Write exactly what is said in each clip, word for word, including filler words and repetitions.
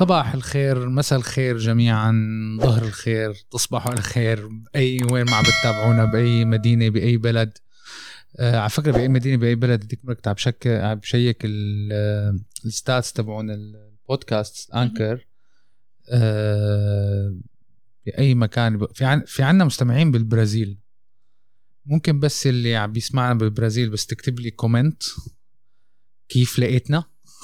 صباح الخير، مساء الخير جميعا، ظهر الخير، تصبحوا على خير أي وين ما بتتابعونا، بأي مدينة بأي بلد. آه على فكرة بأي مدينة بأي بلد ديك مركت عم شك عم بشيك الستاتس تبعون البودكاست أنكر. آه بأي مكان في عن في عنا مستمعين بالبرازيل. ممكن بس اللي عم بيسمعنا بالبرازيل بس تكتب لي كومنت كيف لقيتنا.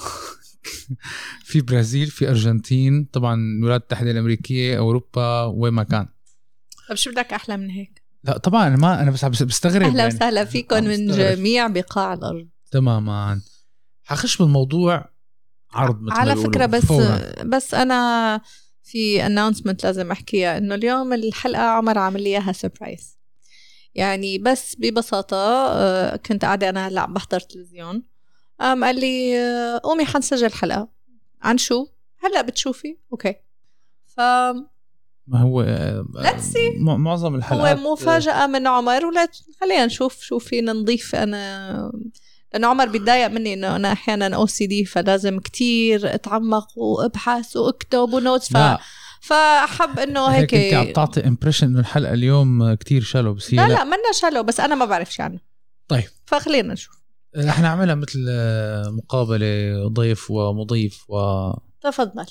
في برازيل، في أرجنتين، طبعا الولايات المتحدة الأمريكية، أوروبا، وين ما كان. طب شو بدك أحلى من هيك؟ لا طبعا أنا ما أنا بس بستغرب. أهلا يعني وسهلا فيكم من جميع بقاع الأرض. تماما. حخش بالموضوع عرض مثل على فكرة بس فورا. بس أنا في announcement لازم أحكيها، إنه اليوم الحلقة عمر عامل لي إياها سيربرايز. يعني بس ببساطة كنت قاعدة أنا هلا عم بحضر تلفزيون، قام قال لي قومي حنسجل حلقة. عن شو؟ هلا بتشوفي. أوكي. ف ما هو معظم الحلقات هو مفاجأة من عمر، ولا خلينا نشوف شو فينا نضيف. أنا لأن عمر بيتضايق مني إنه أنا أحيانا أو سي دي، فلازم كتير أتعمق وأبحث وأكتب ونوتس. ف... فأحب إنه هيك هيك أنت عم تعطي إمبريشن إنه الحلقة اليوم كتير شالو، بس هي لا لا لا منا شالو، بس أنا ما بعرف شو عنه. طيب فخلينا نشوف. رح نعملها مثل مقابلة ضيف ومضيف و تفضل.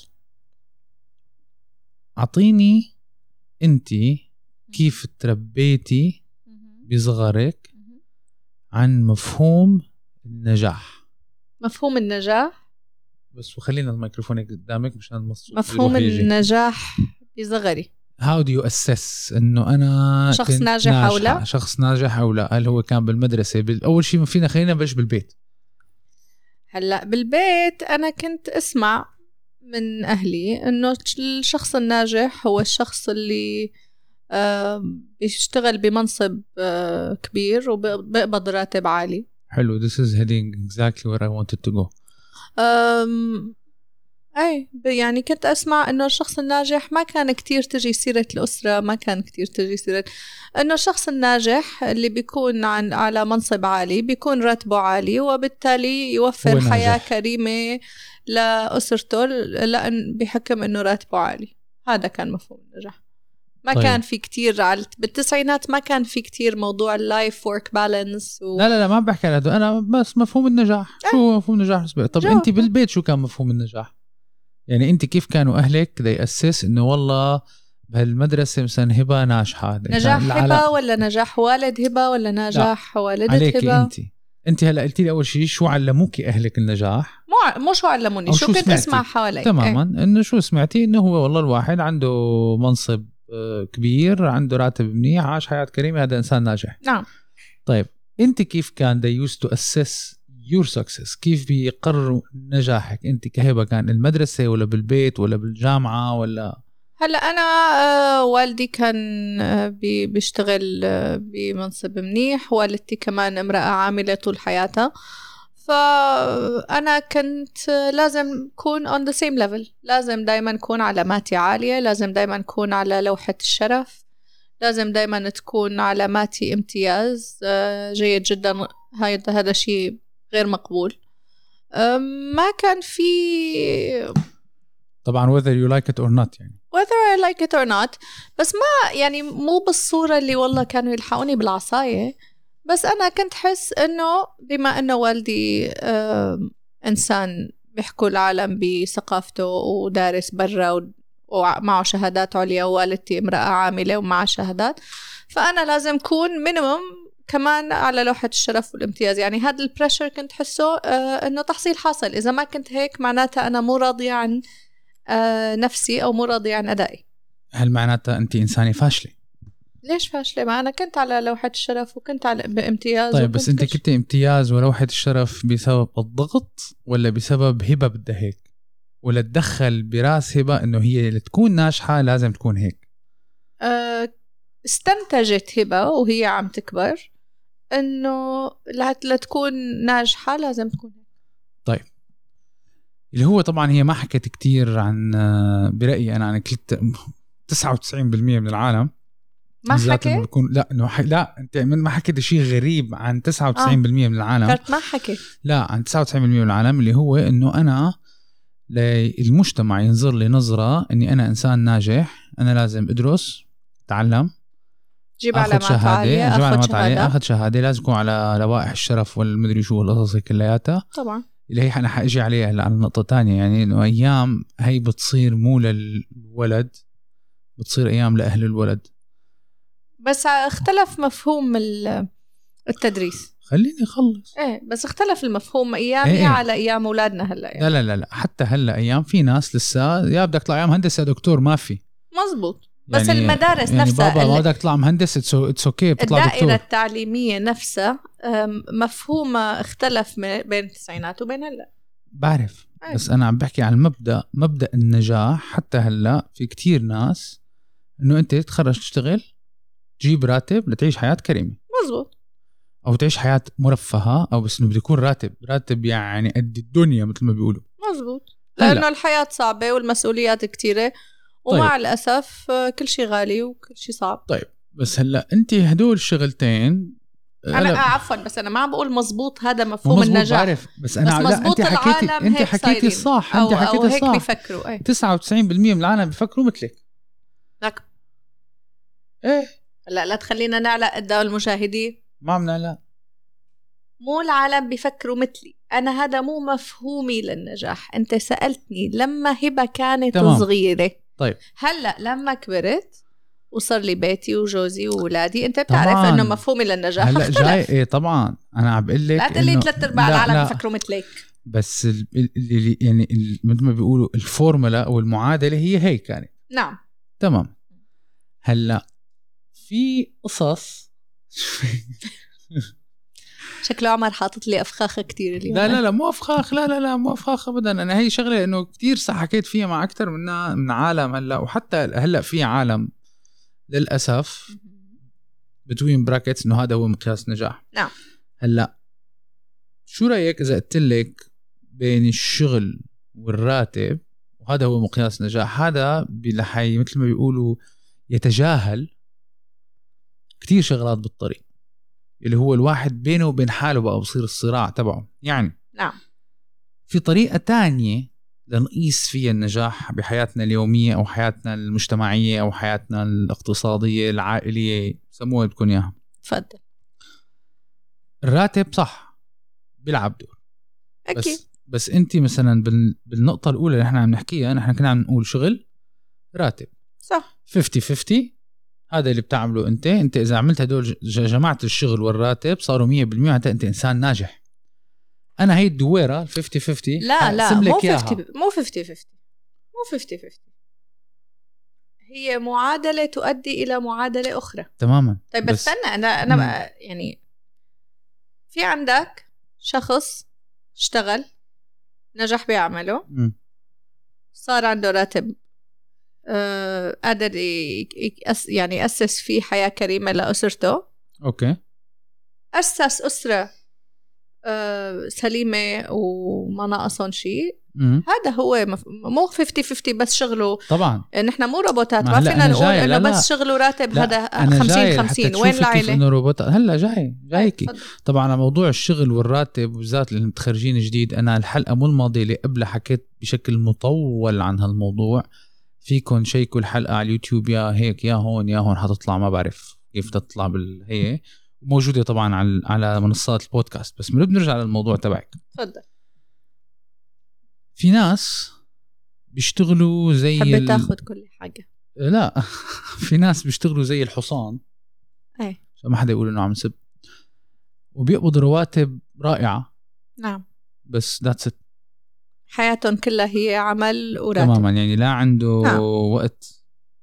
أعطيني أنتي كيف تربيتي بصغرك عن مفهوم النجاح. مفهوم النجاح بس وخلينا الميكروفون قدامك مشان المصوت. مفهوم النجاح بصغري. How do you assess إنه أنا شخص ناجح أو لا؟ شخص ناجح أو لا؟ هل هو كان بالمدرسة؟ أول شيء فينا خلينا نبلش بالبيت. هلأ بالبيت أنا كنت أسمع من أهلي إنه الشخص الناجح هو الشخص اللي آه بيشتغل بمنصب آه كبير وبيقبض راتب عالي. حلو. This is heading exactly where I wanted to go. أم أي يعني كنت أسمع إنه الشخص الناجح ما كان كتير تجي سيرة الأسرة، ما كان كتير تجي سيرة إنه الشخص الناجح اللي بيكون عن على منصب عالي بيكون راتبه عالي، وبالتالي يوفر حياة كريمة لأسرته لأن بحكم إنه راتبه عالي. هذا كان مفهوم النجاح. ما طيب. كان في كتير على بالتسعينات ما كان في كتير موضوع اللايف وورك بالانس و... لا لا لا ما بحكي على هذا، أنا بس مفهوم النجاح. أه. شو مفهوم النجاح؟ طب أنت بالبيت شو كان مفهوم النجاح؟ يعني أنت كيف كانوا أهلك دا يأسس إنه والله بهالمدرسة مثلا هبة ناجحة؟ نجاح هبة ولا نجاح والد هبة ولا نجاح والدة هبة؟ أنت أنت هلا قلتي لي أول شيء شو علموكي أهلك النجاح؟ مو مو شو علموني، شو, شو كنت أسمع حوالي. تماما. إيه؟ إنه شو سمعتي؟ إنه هو والله الواحد عنده منصب كبير، عنده راتب منيح، عاش حياة كريمة، هذا إنسان ناجح. نعم. طيب أنت كيف كان they used to assess your success؟ كيف بيقرروا نجاحك أنت كهبة؟ كان المدرسة ولا بالبيت ولا بالجامعة ولا؟ هلا أنا آه والدي كان آه بي بيشتغل آه بمنصب منيح، والدتي كمان امرأة عاملة طول حياتها، فأنا كنت آه لازم كون on the same level، لازم دايما كون علاماتي عالية، لازم دايما كون على لوحة الشرف، لازم دايما تكون علاماتي امتياز آه جيد جدا. هذا هذا شيء غير مقبول. آه ما كان في طبعا whether you like it or not، يعني whether I like it or not، بس ما يعني مو بالصورة اللي والله كانوا يلحقوني بالعصاية. بس أنا كنت حس إنه بما إنه والدي آه إنسان بيحكوا العالم بثقافته ودارس برا ومعه شهادات عليا، ووالدتي امرأة عاملة ومعه شهادات، فأنا لازم كون مينيمم كمان على لوحة الشرف والامتياز. يعني هذا البريشر كنت حسه آه إنه تحصيل حاصل. إذا ما كنت هيك معناتها أنا مو راضية عن آه نفسي أو مو راضية عن أدائي. هل معناتها أنت إنسانة فاشلة؟ ليش فاشلة؟ ما أنا كنت على لوحة الشرف وكنت على بامتياز. طيب بس أنت كنت امتياز ولوحة الشرف بسبب الضغط ولا بسبب هبة بدها هيك؟ ولا تدخل براس هبة إنه هي اللي تكون ناجحة لازم تكون هيك؟ أه استنتجت هبة وهي عم تكبر إنه لا تكون ناجحة لازم تكون هيك. طيب اللي هو طبعا هي ما حكت كتير عن برأيي أنا أنا كنت تسعة وتسعين بالمية من العالم ما حكي بكون لا إنه ح... لا أنت ما حكيت شيء غريب عن تسعة وتسعين بالمية آه. من العالم. ما حكي لا عن تسعة وتسعين بالمية من العالم اللي هو إنه أنا للمجتمع ينظر لي نظرة اني انا انسان ناجح، انا لازم ادرس، اتعلم، جيب علامات عالية، اخذ اخذ شهادة شهادة اخذ شهادة، لازم يكون على لوائح الشرف والمدري شو القصص كلياتها. طبعا اللي هي انا حاجي عليها هلا على نقطة تانية، يعني انه ايام هي بتصير مو للولد، بتصير ايام لاهل الولد. بس اختلف مفهوم التدريس. خليني اخلص. ايه بس اختلف المفهوم ايامي إيه. على ايام اولادنا هلا يعني. لا لا لا لا حتى هلا ايام في ناس لسه يا بدك تطلع يا مهندس يا دكتور، ما في. مزبوط. بس يعني المدارس يعني نفسها بابا ما بدك تطلع مهندس اتس اوكي بتطلع دكتور. الدائرة التعليمية نفسها مفهومها اختلف بين التسعينات وبين هلا. بعرف أي. بس انا عم بحكي عن المبدأ، مبدأ النجاح. حتى هلا في كتير ناس انه انت تتخرج تشتغل تجيب راتب لتعيش حياة كريمة. مزبوط. او تعيش حياة مرفهة، او بس انه بده يكون راتب راتب يعني قد الدنيا مثل ما بيقولوا. مزبوط. لانه الحياة صعبة والمسؤوليات كتيرة ومع طيب. الأسف كل شيء غالي وكل شيء صعب. طيب بس هلا انت هدول الشغلتين انا عفوا بس انا ما عم بقول مزبوط هذا مفهوم مزبوط النجاح. بعرف بس انا بس مزبوط انت حكيتي انت حكيتي صح، انت حكيتي صح. هيك بيفكروا. ايه تسعة وتسعين بالمية من العالم بيفكروا مثلك. لك ايه لا لا تخلينا نعلق قدام المشاهدين. ما عم نعلق. مو العالم بيفكروا مثلي، انا هذا مو مفهومي للنجاح. انت سألتني لما هبة كانت تمام. صغيرة. طيب هلا لما كبرت وصار لي بيتي وجوزي وولادي انت بتعرف انه مفهومي للنجاح هلا اختلف. جاي ايه طبعا انا عم بقول لك لا تقول لي ثلاث ارباع العالم بيفكروا مثلك. بس اللي يعني مثل ما بيقولوا الفورمولا او المعادله هي هي كانت. نعم تمام. هلا في قصص شكله عمر حاطط لي افخاخه كتير اليوم. لا لا لا مو افخاخ، لا لا لا مو افخاخ ابدا. انا هي شغله انه كتير صح حكيت فيها مع اكثر من من عالم هلا، وحتى هلا في عالم للاسف بتوين براكتس انه هذا هو مقياس نجاح. نعم. هلا شو رايك اذا قلت لك بين الشغل والراتب وهذا هو مقياس نجاح، هذا بلحي مثل ما بيقولوا يتجاهل كتير شغلات بالطريق اللي هو الواحد بينه وبين حاله بقى بصير الصراع تبعه. يعني نعم في طريقة تانية لنقيس فيها النجاح بحياتنا اليومية أو حياتنا المجتمعية أو حياتنا الاقتصادية العائلية، سموها بدكم إياها. تفضل. الراتب صح بيلعب دور أكيد. بس, بس أنت مثلا بالنقطة الأولى اللي احنا عم نحكيها، نحن كنا عم نقول شغل راتب صح خمسين خمسين. هذا اللي بتعمله أنت أنت إذا عملت هدول جماعة الشغل والراتب صاروا مية بالمية أنت إنسان ناجح. أنا هي الدويرة خمسين خمسين. لا لا مو خمسين مو خمسين خمسين مو خمسين خمسين، هي معادلة تؤدي إلى معادلة أخرى تماما. طيب بس استنى أنا أنا م. يعني في عندك شخص اشتغل نجح بعمله م. صار عنده راتب آه، قادر يأس يعني يأسس فيه حياة كريمة لأسرته. أوكي. أسس أسرة آه، سليمة وما ناقصهم شيء. هذا هو مف... مو خمسين خمسين بس شغله. طبعا نحن مو روبوتات، ما فينا نقول إنه بس شغله راتب هذا خمسين خمسين. وين العائلة؟ إنه روبوتات هلا جاي جايكي. طبعا على موضوع الشغل والراتب وبالذات اللي متخرجين جديد، أنا الحلقة مو الماضية اللي قبل حكيت بشكل مطول عن هالموضوع. فيكن شيكوا الحلقة على اليوتيوب يا هيك يا هون يا هون حتطلع، ما بعرف كيف تطلع بالهي، موجودة طبعا على على منصات البودكاست. بس بنرجع للموضوع تبعك. تفضل. في ناس بيشتغلوا زي حبيت ال... تاخد كل حاجة. لا في ناس بيشتغلوا زي الحصان، ايه عشان ما حدا يقول انه عم سب، وبيقبضوا رواتب رائعة. نعم. بس that's it. حياتهم كلها هي عمل وراتب. تماما. يعني لا عنده نعم. وقت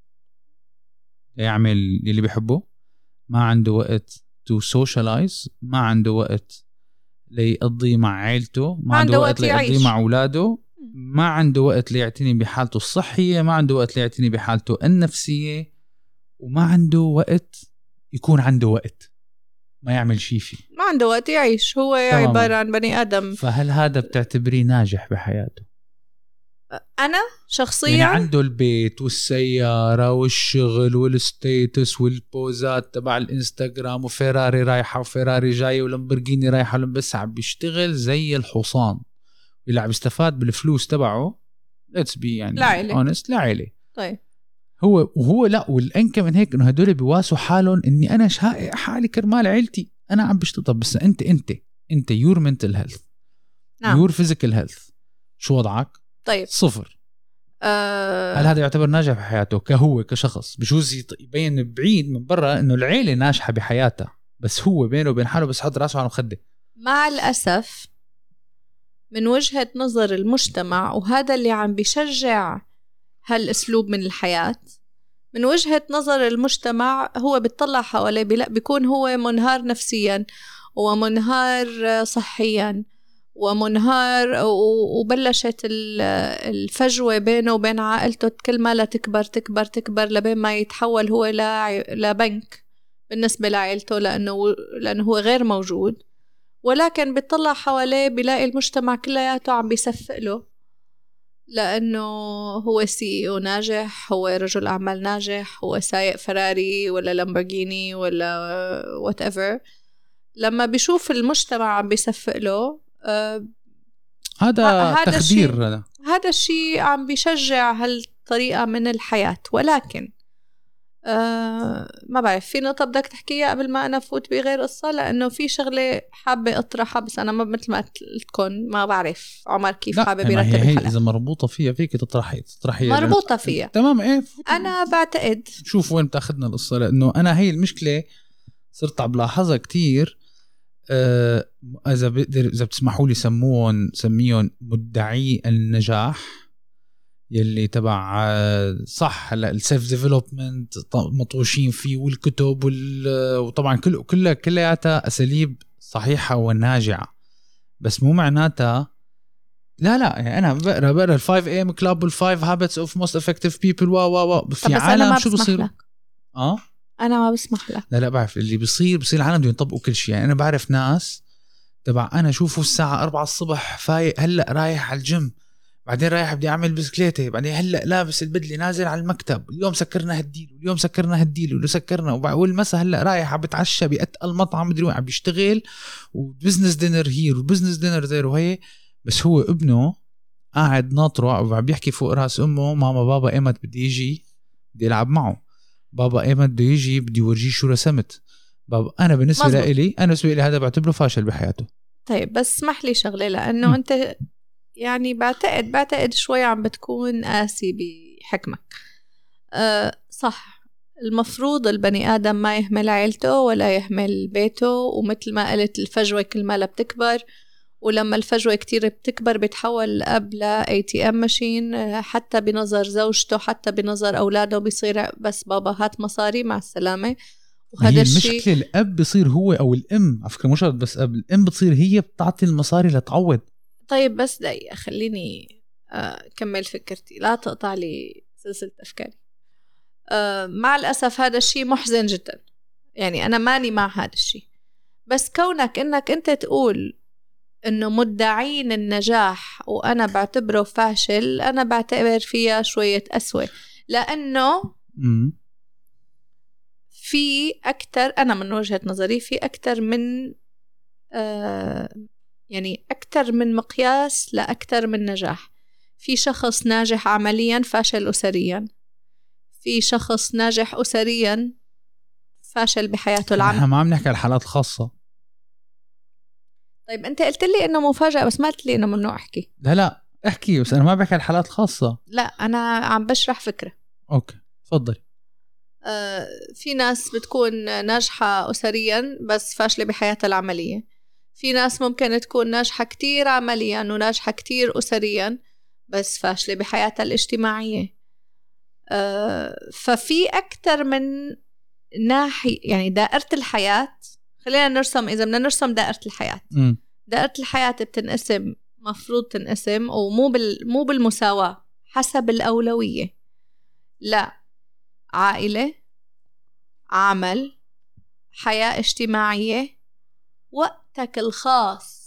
يعمل اللي بيحبه، ما عنده وقت to socialize، ما عنده وقت ليقضي مع عائلته، ما, ما عنده وقت ليقضي مع أولاده، ما عنده وقت ليعتني بحالته الصحية، ما عنده وقت ليعتني بحالته النفسية، وما عنده وقت يكون عنده وقت ما يعمل شيء فيه. ما عنده وقت يعيش. هو عبارة عن بني آدم. فهل هذا بتعتبريه ناجح بحياته؟ أنا شخصيا يعني عنده البيت والسيارة والشغل والستيتس والبوزات تبع الانستغرام وفيراري رايحة وفيراري جاية ولمبرجيني رايحة، بس عم بيشتغل زي الحصان، اللي عم يستفاد بالفلوس تبعه let's be يعني لعيلة. honest لعيلة. طيب هو وهو لا والأنكى من هيك إنه هدول بيواسوا حالهم إني أنا شائع حالي كرمال عيلتي أنا عم بشتغل. بس أنت أنت أنت your mental health نعم. your physical health شو وضعك؟ طيب صفر. أه... هل هذا يعتبر ناجح بحياته كهو كشخص؟ بجوز يبين بعيد من برا إنه العيلة ناجحة بحياتها بس هو بينه وبين حاله بس حط راسه على مخده. مع الأسف من وجهة نظر المجتمع وهذا اللي عم بيشجع هالأسلوب من الحياة، من وجهة نظر المجتمع هو بيطلع حواليه بيكون هو منهار نفسيا ومنهار صحيا ومنهار، وبلشت الفجوة بينه وبين عائلته كل ما لا تكبر تكبر تكبر لبين ما يتحول هو لبنك بالنسبة لعائلته لأنه, لأنه هو غير موجود. ولكن بيطلع حواليه بيلاقي المجتمع كلياته عم بيصفق له لأنه هو سي او ناجح، هو رجل أعمال ناجح، هو سايق فراري ولا لامبورغيني ولا whatever. لما بيشوف المجتمع عم بيصفق له آه هذا تخدير. هذا هذا الشيء عم بيشجع هالطريقة من الحياة. ولكن آه ما بعرف في نقطة بدك تحكيها قبل ما أنا فوت بغير قصة، لأنه في شغلة حابة أطرحها بس أنا ما مثل ما قلتكم ما بعرف عمر كيف حابة يرتب الحلقة. إذا مربوطة فيها فيك تطرحي تطرحي مربوطة فيها تمام. إيه أنا بعتقد شوف وين بتاخدنا القصة، لأنه أنا هي المشكلة صرت عم بلاحظها كتير. آه إذا بقدر إذا بتسمحوا لي سموهم سميهم مدعي النجاح يلي تبع صح هلا السيلف ديفلوبمنت مطوشين فيه والكتب وطبعا كل كلها كلياتها اساليب صحيحه وناجعه، بس مو معناتها لا لا يعني انا بقرا بقرا الفايف اي ام كلاب والفايف هابتس اوف موست افكتيف بيبل وا وا وا في عالم شو بصير لك. اه انا ما بسمح لك. لا لا بعرف اللي بيصير بصير العالم بدهم يطبقوا كل شيء. يعني انا بعرف ناس تبع انا شوفوا الساعه أربعة الصبح فايق هلا رايح على الجيم، بعدين رايح بدي أعمل بسكليتة، بعدين هلأ لابس البدلة نازل على المكتب، اليوم سكرنا هديله اليوم سكرنا هديله ولو سكرنا، والمسا هلأ رايح عم بتعشى بأتقل مطعم مدري وين عم بيشتغل وبزنس دينر هير وبزنس دينر ذير وهي. بس هو ابنه قاعد ناطره وعم بيحكي فوق راس أمه ماما بابا إيمت بدي يجي بدي ألعب معه، بابا إيمت بدي يجي بدي ورجيه شو رسمت بابا. أنا بالنسبة لي أنا بالنسبة لي هذا بعتبره فاشل بحياته. طيب بس اسمح لي شغلة، لأنه م. أنت يعني بعتقد بعتقد شوي عم بتكون قاسي بحكمك. أه صح المفروض البني آدم ما يهمل عائلته ولا يهمل بيته، ومثل ما قلت الفجوة كل ما لا بتكبر، ولما الفجوة كتير بتكبر بتحول الأب ل إيه تي إم ماشين، حتى بنظر زوجته حتى بنظر أولاده بيصير بس بابا هات مصاري مع السلامة. وهذا الشيء المشكلة الأب بيصير هو أو الأم على فكرة مش بس أب، الأم بتصير هي بتعطي المصاري لتعوض. طيب بس دقيقة خليني أكمل فكرتي لا تقطع لي سلسلة أفكاري. أه مع الأسف هذا الشيء محزن جدا، يعني أنا ماني مع هذا الشيء، بس كونك إنك أنت تقول إنه مدعين النجاح وأنا بعتبره فاشل، أنا بعتبر فيها شوية أسوأ، لأنه م- في أكتر أنا من وجهة نظري في أكتر من آه يعني أكتر من مقياس لأكتر من نجاح. في شخص ناجح عمليا فاشل أسريا، في شخص ناجح أسريا فاشل بحياته العامة. احنا ما عم نحكي على الحالات الخاصة. طيب أنت قلت لي إنه مفاجأة بس ما قلت لي إنه ممنوع أحكي. لا لا احكي بس أنا ما بحكي على الحالات الخاصة. لا أنا عم بشرح فكرة. أوكي تفضل. آه في ناس بتكون ناجحة أسريا بس فاشلة بحياتها العملية، في ناس ممكن تكون ناجحة كتير عمليا وناجحة كتير أسريا بس فاشلة بحياتها الاجتماعية. أه ففي أكتر من ناحية، يعني دائرة الحياة خلينا نرسم، إذا بدنا نرسم دائرة الحياة م. دائرة الحياة بتنقسم، مفروض تنقسم ومو بال مو بالمساواة حسب الأولوية، لا عائلة، عمل، حياة اجتماعية، وقتك الخاص.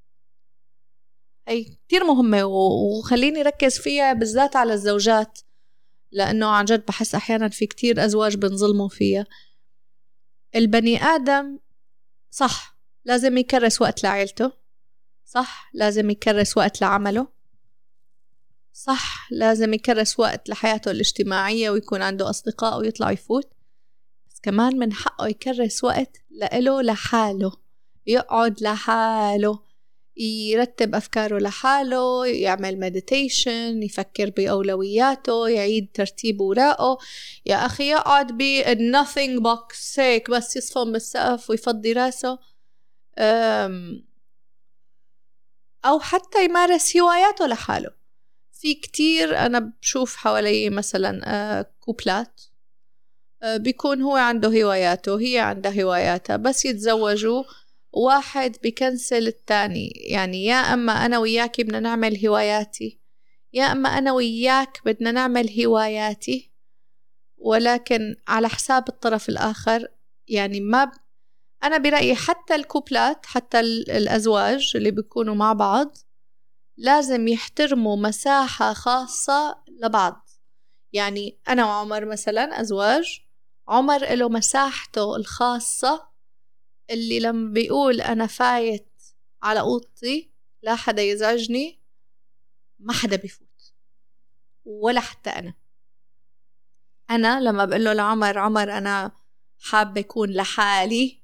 هي كتير مهمة وخليني ركز فيها بالذات على الزوجات، لأنه عن جد بحس أحيانا في كتير أزواج بنظلموا فيها. البني آدم صح لازم يكرس وقت لعائلته، صح لازم يكرس وقت لعمله، صح لازم يكرس وقت لحياته الاجتماعية ويكون عنده أصدقاء ويطلع يفوت، بس كمان من حقه يكرس وقت لإله لحاله، يقعد لحاله، يرتب أفكاره لحاله، يعمل مديتيشن، يفكر بأولوياته، يعيد ترتيب وراءه. يا أخي يقعد بالnothing box هيك بس يصفن بالسقف ويفضي راسه، أو حتى يمارس هواياته لحاله. في كتير أنا بشوف حوالي مثلا كوبلات بيكون هو عنده هواياته هي عندها هواياتها، بس يتزوجوا واحد بيكنسل التاني. يعني يا أما أنا وياكي بدنا نعمل هواياتي، يا أما أنا وياك بدنا نعمل هواياتي ولكن على حساب الطرف الآخر. يعني ما ب... أنا برأيي حتى الكوبلات حتى الأزواج اللي بيكونوا مع بعض لازم يحترموا مساحة خاصة لبعض. يعني أنا وعمر مثلا أزواج، عمر له مساحته الخاصة اللي لما بيقول أنا فايت على أوضتي لا حدا يزعجني، ما حدا بيفوت ولا حتى أنا. أنا لما بقول له لعمر عمر أنا حابة يكون لحالي،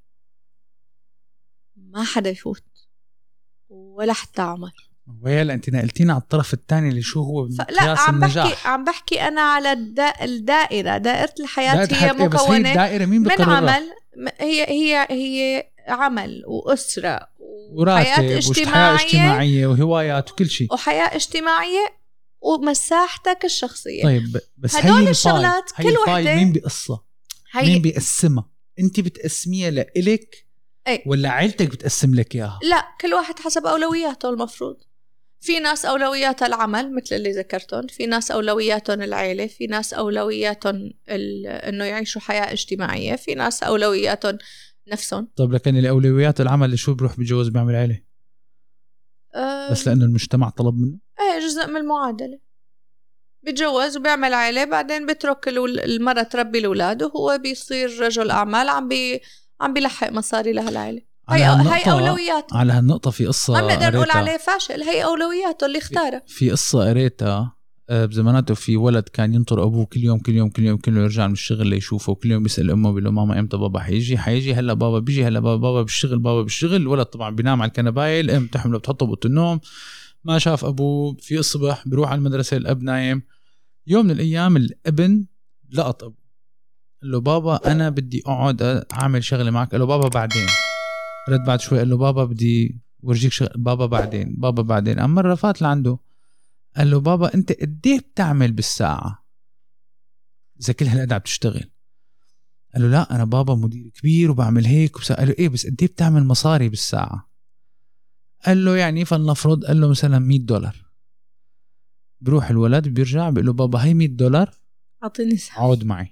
ما حدا يفوت ولا حتى عمر. ويلا أنت نقلتينا على الطرف الثاني اللي شو هو مقياس عم النجاح. بحكي عم بحكي أنا على الدا الدائرة دائرة الحياة هي مكونة بس هي الدائرة مين من بقررها؟ عمل، هي هي هي عمل وأسرة وحياة اجتماعية, اجتماعية وهوايات وكل شيء وحياة اجتماعية ومساحتك الشخصية. طيب بس هدول الشغلات كل وحدة مين بقصة هي... مين بيقسمها؟ انت بتقسميها لإلك ايه؟ ولا عيلتك بتقسم لك اياها؟ لا كل واحد حسب أولوياته. المفروض في ناس أولوياتها العمل مثل اللي ذكرتهم، في ناس أولوياتهم العيلة، في ناس أولوياتهم ال... إنه يعيشوا حياة اجتماعية، في ناس أولوياتهم نفسهم. طب لكن الأولويات العمل شو بروح بجوز بيعمل عيلة؟ أه... بس لأنه المجتمع طلب منه؟ ايه جزء من المعادلة. بيتجوز وبيعمل عيلة، بعدين بترك المرأة تربي الأولاد وهو بيصير رجل أعمال عم بي عم بيلحق مصاري لها العيلة. هي هي أولوياته. على هالنقطة في قصة ما بنقدر نقول عليه فاشل، هي أولوياته اللي اختارها. في قصة قريتها بزماناته، في ولد كان ينطر أبوه كل يوم كل يوم كل يوم كل يوم يرجع من الشغل ليشوفه، وكل يوم بيسأل أمه بيقول له ماما إمتى بابا حيجي حيجي هلا بابا بيجي هلا بابا بابا بالشغل بابا بالشغل. الولد طبعا بينام على الكنباية، الأم تحمله بتحطه بأوضة النوم. ما شاف أبوه. في الصبح بيروح على المدرسة الأب نايم. يوم من الأيام الابن لقط أبوه، قال له بابا أنا بدي أقعد أعمل شغلة معك. قال له بابا بعدين. رد بعد شوي قال له بابا بدي ورجيك شغل. بابا بعدين بابا بعدين. أما مرة فات لعنده قال له بابا أنت قديه بتعمل بالساعة إذا كل هالقد عم بتشتغل؟ قال له لا أنا بابا مدير كبير وبعمل هيك وبس. قال له إيه بس قديه بتعمل مصاري بالساعة؟ قال له يعني فلنفرض قال له مثلا مية دولار. بروح الولد بيرجع بيقول له بابا هاي مية دولار أعطيني ساعة عود معي.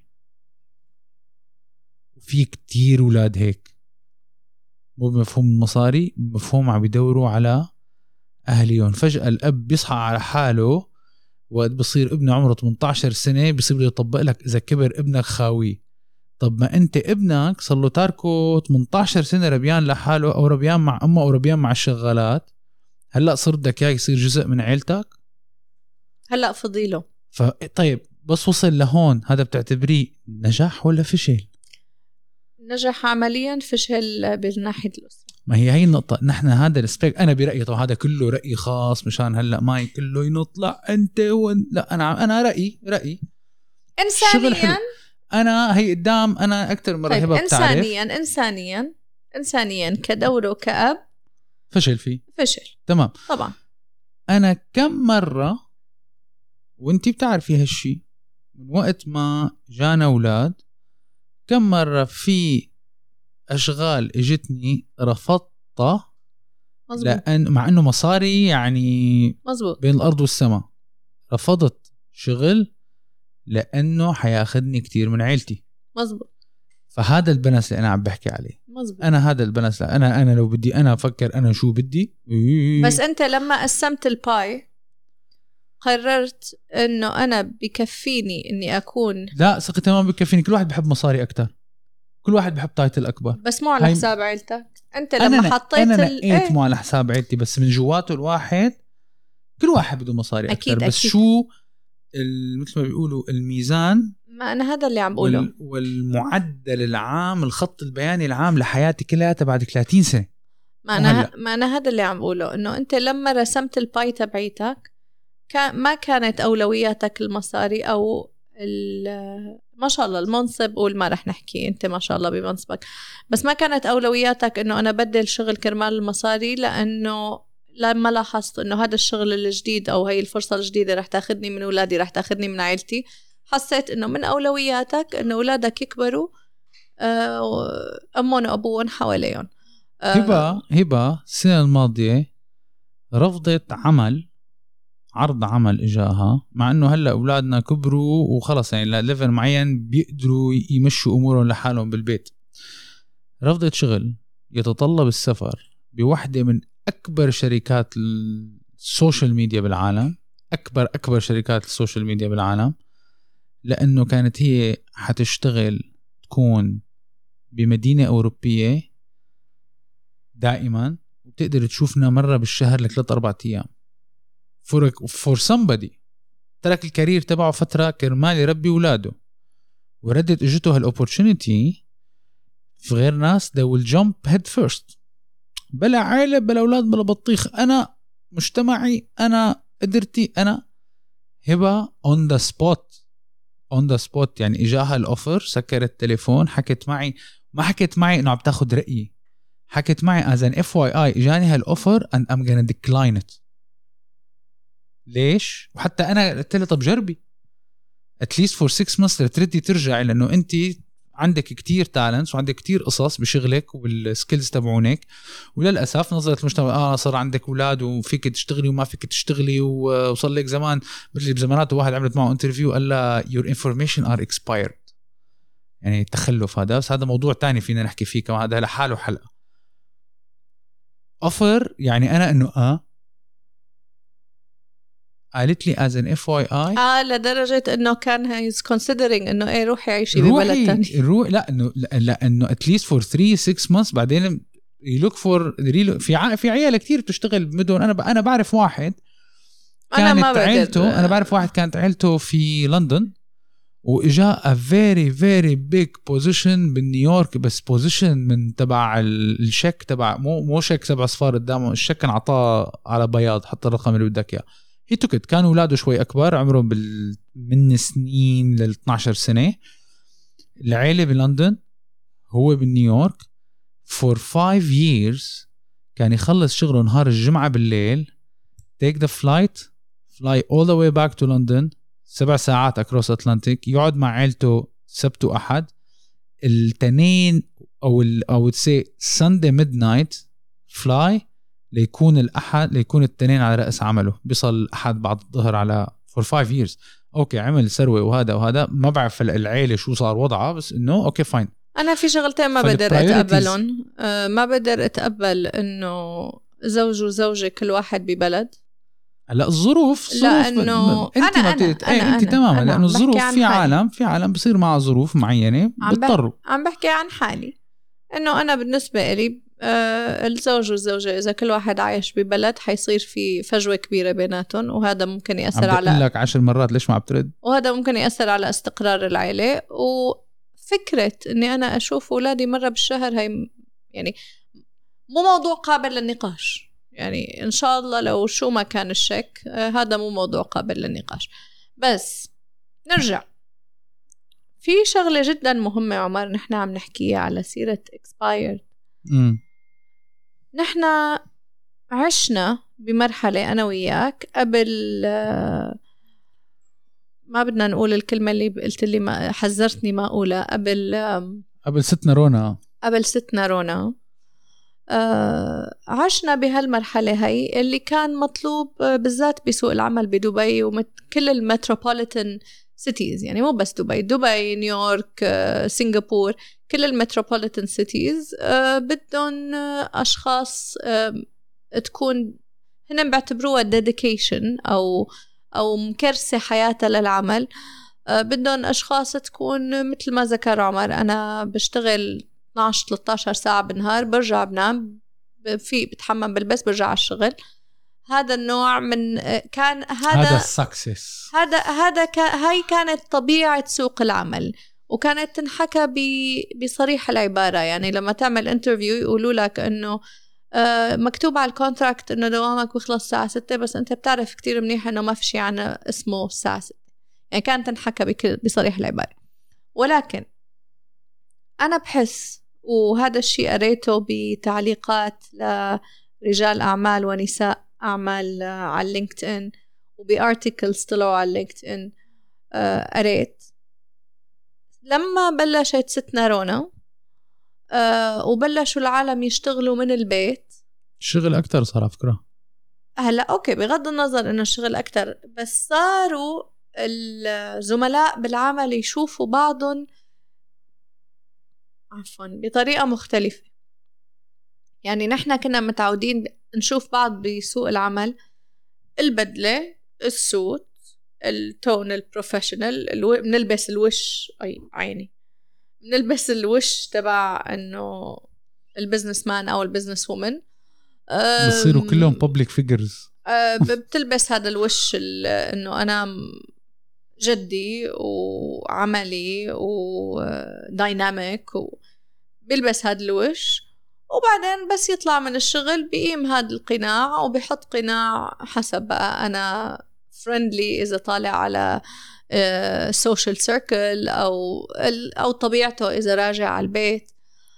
وفي كتير ولاد هيك مو بمفهوم المصاري، بمفهوم عم بيدوروا على أهليون. فجأة الأب بيصحى على حاله وقت بصير ابنه عمره ثمانية عشر سنة بيصير يطبق لك إذا كبر ابنك خاوي. طب ما أنت ابنك صار له تاركه ثمانية عشر سنة ربيان لحاله أو ربيان مع أمه أو ربيان مع الشغالات، هلأ صرت بدك إياه يصير جزء من عيلتك؟ هلأ فضيله. فطيب بس وصل لهون هذا بتعتبريه نجاح ولا فشل؟ نجح عمليا، فشل بناحية الأسرة. ما هي هي النقطة. نحن هذا السبيك أنا برأيي، طبعا هذا كله رأي خاص مشان هلأ ماي كله ينطلع أنت ون... لا أنا أنا رأيي رأيي إنسانيا. أنا هي قدام أنا أكتر مرة هبة طيب بتعرف. إنسانيا إنسانيا إنسانيا كدوره كأب فشل فيه. فشل تمام طبعا. أنا كم مرة وانتي بتعرفي هالشي من وقت ما جانا أولاد، كم مرة في أشغال اجتني رفضتها لأن مع أنه مصاري يعني مزبوط بين الأرض والسماء، رفضت شغل لأنه حياخدني كتير من عيلتي. مزبوط. فهذا البنس اللي أنا عم بحكي عليه. مزبوط. أنا هذا البنس أنا أنا لو بدي أنا أفكر أنا شو بدي. بس أنت لما قسمت الباي قررت إنه أنا بكفيني إني أكون. لا ثقتي تمام بكفيني. كل واحد بحب مصاري أكتر، كل واحد بحب تايتل أكبر، بس مو على حساب عيلتك. أنت لما أنا حطيت أنا ال... نقيت مو على حساب عيلتي، بس من جواته الواحد كل واحد بده مصاري أكتر. أكيد بس أكيد. شو مثل ما بيقولوا الميزان، ما أنا هذا اللي عم بقوله. وال والمعدل العام، الخط البياني العام لحياتي كلها بعد ثلاثين سنة. ما أنا ما أنا هذا اللي عم بقوله، إنه أنت لما رسمت الباي تبعيتك كان ما كانت أولوياتك المصاري أو ما شاء الله المنصب، قول ما رح نحكي أنت ما شاء الله بمنصبك، بس ما كانت أولوياتك إنه أنا بدل شغل كرمال المصاري، لأنه لما لاحظت إنه هذا الشغل الجديد أو هاي الفرصة الجديدة رح تاخدني من أولادي، رح تاخدني من عائلتي، حسيت إنه من أولوياتك إنه أولادك يكبروا أمون وأبوهم حواليهم. هبة هبة السنة الماضية رفضت عمل عرض عمل إجاها، مع أنه هلأ أولادنا كبروا وخلص يعني لليفل معين بيقدروا يمشوا أمورهم لحالهم بالبيت. رفضت شغل يتطلب السفر بوحدة من أكبر شركات السوشيال ميديا بالعالم، أكبر أكبر شركات السوشيال ميديا بالعالم، لأنه كانت هي حتشتغل تكون بمدينة أوروبية دائما وبتقدر تشوفنا مرة بالشهر لثلاث أربعة أيام. for, for somebody ترك الكارير تبعه فترة كرمال يربي ولاده، وردت اجته هالopportunity في غير ناس they will jump head first، بلا عائلة بلا أولاد بلا بطيخ، أنا مجتمعي أنا قدرتي أنا. هبة on the spot on the spot يعني إجاها الأوفر، سكرت التليفون، حكت معي، ما حكت معي إنه عم تاخد رأيي، حكت معي as an إف واي آي إجاني هالأوفر and I'm gonna decline it. ليش؟ وحتى أنا قلت له طب جربي at least for six months لتردي ترجعي، لأنه أنت عندك كتير talents وعندك كتير قصص بشغلك والسكيلز تبعونك، وللأسف نظرة المجتمع آه صار عندك أولاد وفيك تشتغلي وما فيك تشتغلي، وصل لك زمان مثل بزماناته واحد عملت معه انترفيو قال له your information are expired، يعني التخلف هذا. بس هذا موضوع تاني فينا نحكي فيه كمان، هذا لحاله حلقة. offer يعني أنا إنه آه قالت لي as an إف واي آي آه لدرجة إنه كان he's considering إنه إيه روحي عيشي ببلد تاني. روحي لا إنه لا إنه at least for three six months بعدين you look for في ع... في عيال كتير بتشتغل بمدن. أنا ب... أنا بعرف واحد كانت أنا عيلته أنا بعرف واحد كانت عيلته في لندن وإجا a very very big position بالنيويورك، بس position من تبع الشك تبع مو مو شك سبع صفار قدامه، الشك كان عطاه على بياض، حط الرقم اللي بدك إياه. هي توكت كانوا أولاده شوي أكبر عمرهم بال من سنين لل اثناشر سنة، العيلة بلندن هو بالنيويورك for five years كان يخلص شغله نهار الجمعة بالليل take the flight fly all the way back to London سبع ساعات across Atlantic، يقعد مع عيلته سبت وأحد، التنين أو ال أو say Sunday midnight fly ليكون الأحد ليكون التنين على رأس عمله، بيصل الأحد بعد الظهر على for five years. أوكي عمل ثروة وهذا وهذا ما بعرف العيلة شو صار وضعها، بس إنه أوكي فاين. أنا في شغلتين ما بقدر أتقبلهم، أه ما بقدر أتقبل إنه زوج وزوجة كل واحد ببلد. لا الظروف لأنه ب... انت أنا ما أنا, أنا انت تماما، لأنه الظروف في حالي. عالم في عالم بصير معه ظروف معينة بيضطروا. عم بحكي عن حالي إنه أنا بالنسبة لي آه الزوج والزوجة إذا كل واحد عايش ببلد حيصير في فجوة كبيرة بيناتهم، وهذا ممكن يأثر على عم لك عشر مرات ليش ما بترد، وهذا ممكن يأثر على استقرار العائلة. وفكرة إني أنا أشوف أولادي مرة بالشهر هاي يعني مو موضوع قابل للنقاش، يعني إن شاء الله لو شو ما كان الشك آه هذا مو موضوع قابل للنقاش. بس نرجع في شغلة جدا مهمة عمر، نحن عم نحكيها على سيرة expired. امم نحن عشنا بمرحلة أنا وياك قبل ما بدنا نقول الكلمة اللي قلت لي ما حذرتني ما أقولها قبل قبل ستنا رونا قبل ستنا رونا عشنا بهالمرحلة هاي اللي كان مطلوب بالذات بسوق العمل بدبي وكل المتروبوليتان سيتيز، يعني مو بس دبي دبي نيويورك سنغافور كل المتروبوليتان سيتيز بدهم أشخاص تكون هنا بعتبروها dedication أو أو مكرسة حياتها للعمل. بدهم أشخاص تكون مثل ما ذكر عمر، أنا بشتغل اثناشر ثلاثة عشر ساعة بالنهار، برجع بنام في بتحمم بالبس برجع على الشغل. هذا النوع من كان هذا هذا السكسس هذا هذا ك... هاي كانت طبيعة سوق العمل، وكانت تنحكى ب... بصريح العبارة. يعني لما تعمل انترفيو يقولوا لك إنه آه مكتوب على الكونتراكت إنه دوامك بيخلص الساعة ستة، بس أنت بتعرف كتير منيح إنه ما في شيء عنه اسمه الساعة ستة. يعني كانت تنحكى بك... بصريح العبارة. ولكن أنا بحس، وهذا الشيء قريته بتعليقات لرجال أعمال ونساء أعمال على لينكد إن، وبارتيكلز طلعوا على لينكد إن آه قريت لما بلشت ستنا رونا آه وبلشوا العالم يشتغلوا من البيت. الشغل أكتر صار على فكرة هلا أوكي، بغض النظر إنه الشغل أكتر، بس صاروا الزملاء بالعمل يشوفوا بعضهم عفوا بطريقة مختلفة. يعني نحن كنا متعودين نشوف بعض بسوق العمل البدلة، السوت، التون البروفيشنال، الو... بنلبس الوش أي عيني بنلبس الوش تبع إنه البزنس مان أو البزنس وومن، بصيروا كلهم public figures. بتلبس هذا الوش إنه أنا جدي وعملي ودايناميك، وبيلبس هذا الوش، وبعدين بس يطلع من الشغل بيقيم هذا القناع وبيحط قناع حسب بقى أنا فريندلي إذا طالع على سوشيال سيركل أو أو طبيعته إذا راجع على البيت.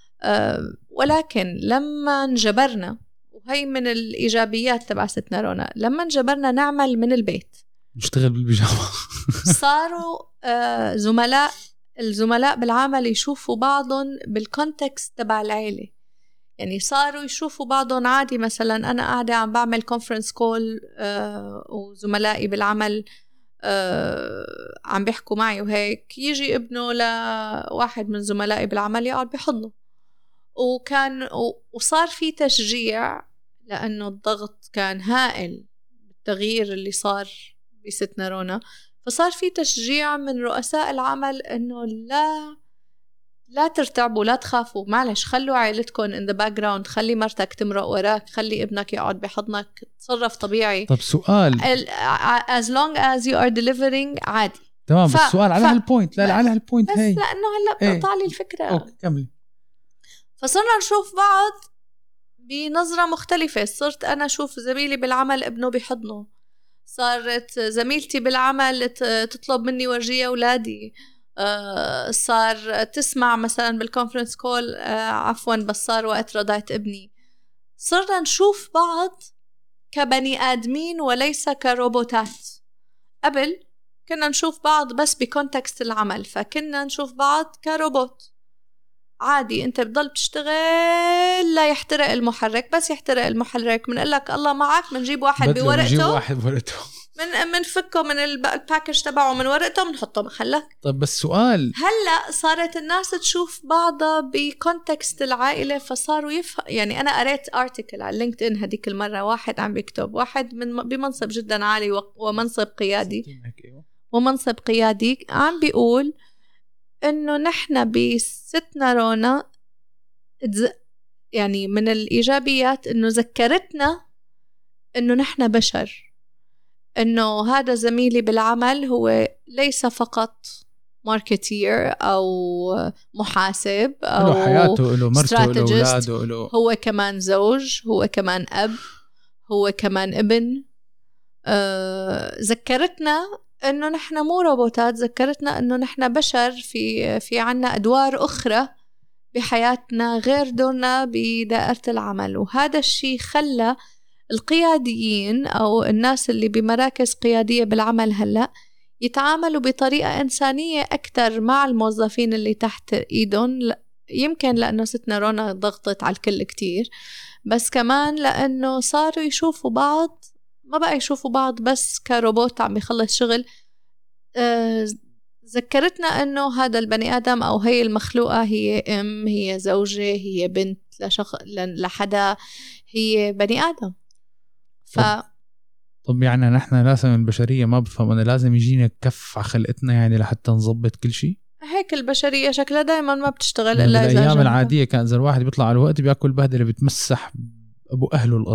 ولكن لما انجبرنا، وهي من الإيجابيات تبع ستنا رونا، لما انجبرنا نعمل من البيت نشتغل بالبيجامة صاروا آه زملاء الزملاء بالعمل يشوفوا بعضهم بالكونتكست تبع العيلة. يعني صاروا يشوفوا بعضهم عادي. مثلا أنا قاعدة عم بعمل كونفرنس كول آه وزملائي بالعمل آه عم بيحكوا معي وهيك، يجي ابنه لواحد من زملائي بالعمل يقعد بحضنه، وكان وصار في تشجيع لأنه الضغط كان هائل بالتغيير اللي صار بستنا رونا. فصار في تشجيع من رؤساء العمل إنه لا لا ترتعبوا، لا تخافوا، معلش خلوا عائلتكم in the background، خلي مرتك تمرق وراك، خلي ابنك يقعد بحضنك، تصرف طبيعي. طب سؤال، as long as you are delivering عادي تمام. ف... بس سؤال على هالبوينت، لا على هالبوينت هي، بس لأنه هلأ بتقطع لي الفكرة. أوكي كملي. فصرنا نشوف بعض بنظرة مختلفة. صرت أنا أشوف زميلي بالعمل ابنه بحضنه، صارت زميلتي بالعمل تطلب مني ورجية أولادي، صار تسمع مثلا بالكونفرنس كول عفوا بس صار وقت رضعة ابني. صرنا نشوف بعض كبني آدمين وليس كروبوتات. قبل كنا نشوف بعض بس بكونتكست العمل، فكنا نشوف بعض كروبوت عادي. انت بتضل بتشتغل لا يحترق المحرك، بس يحترق المحرك منقول لك الله معك، منجيب واحد بورقته واحد بورقته من منفكه من الباكج تبعه من ورقته بنحطه محلك. طب بس سؤال، هلا صارت الناس تشوف بعضها بكونتكست العائله، فصاروا يفهم. يعني انا قريت ارتيكل على لينكد ان هديك المره، واحد عم بيكتب، واحد من بمنصب جدا عالي ومنصب قيادي ومنصب قيادي عم بيقول إنه نحن بستنا رونا يعني من الإيجابيات إنه ذكرتنا إنه نحن بشر، إنه هذا زميلي بالعمل هو ليس فقط ماركتير أو محاسب أو له حياته، له مرته، له أولاده، له هو كمان زوج، هو كمان أب، هو كمان ابن. آه ذكرتنا إنه نحن مو روبوتات، ذكرتنا إنه نحن بشر في في عنا أدوار أخرى بحياتنا غير دورنا بدائرة العمل. وهذا الشيء خلى القياديين أو الناس اللي بمراكز قيادية بالعمل هلأ يتعاملوا بطريقة إنسانية أكتر مع الموظفين اللي تحت إيدهم. يمكن لأنه ستنا رونا ضغطت على الكل كتير، بس كمان لأنه صاروا يشوفوا بعض، ما بقى يشوفوا بعض بس كروبوت عم يخلص شغل. آه ذكرتنا أنه هذا البني آدم أو هي المخلوقة هي أم، هي زوجة، هي بنت لشخ... لحدا، هي بني آدم. ف... طب, طب يعني نحن لازم البشرية ما بفهم أنا لازم يجينا كف على خلقتنا يعني لحتى نضبط كل شيء. هيك البشرية شكلها دايما ما بتشتغل إلا إذا الأيام العادية كان إذا الواحد بيطلع على الوقت بيأكل بهدلة بتمسح أبو أهله الأرض.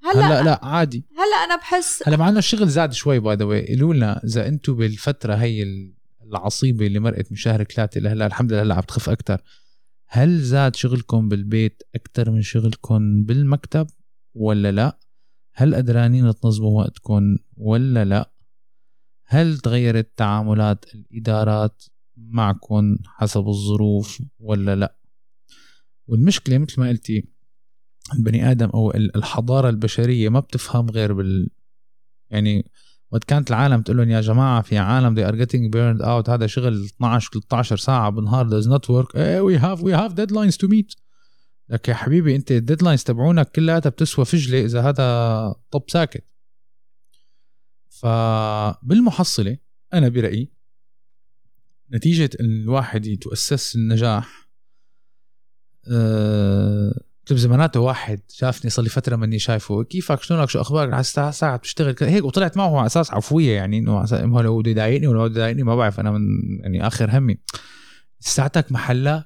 هلا, هلا لا عادي. هلا انا بحس هلا مع انه الشغل زاد شوي باي ذا واي. قولوا لنا اذا انتم بالفتره هي العصيبه اللي مرقت من شهر ثلاثة لهلا الحمد لله هلا عم تخف اكثر، هل زاد شغلكم بالبيت اكثر من شغلكم بالمكتب ولا لا؟ هل قدرانين تنظموا وقتكم ولا لا؟ هل تغيرت تعاملات الادارات معكم حسب الظروف ولا لا؟ والمشكله مثل ما قلتي البني آدم أو الحضارة البشرية ما بتفهم غير بال يعني وقت كانت العالم تقول لهم يا جماعة في عالم they are getting burned out، هذا شغل اثناشر ثلاثة عشر ساعة بالنهار does not work. eh, we have we have deadlines to meet. لك يا حبيبي أنت الديدلاينز تبعونك كلها بتسوى فجلة إذا هذا طب ساكت. فبالمحصلة أنا برأيي نتيجة الواحد يتأسس النجاح أه طيب زماناته واحد شافني صار لي فتره مني شايفه كيفك شلونك شو اخبارك على الساعه ساعه بتشتغل هيك وطلعت معه على اساس عفويه يعني انه هو لو بده يضايقني ولا بده يضايقني ما بعرف انا من يعني اخر همي ساعتك محلك.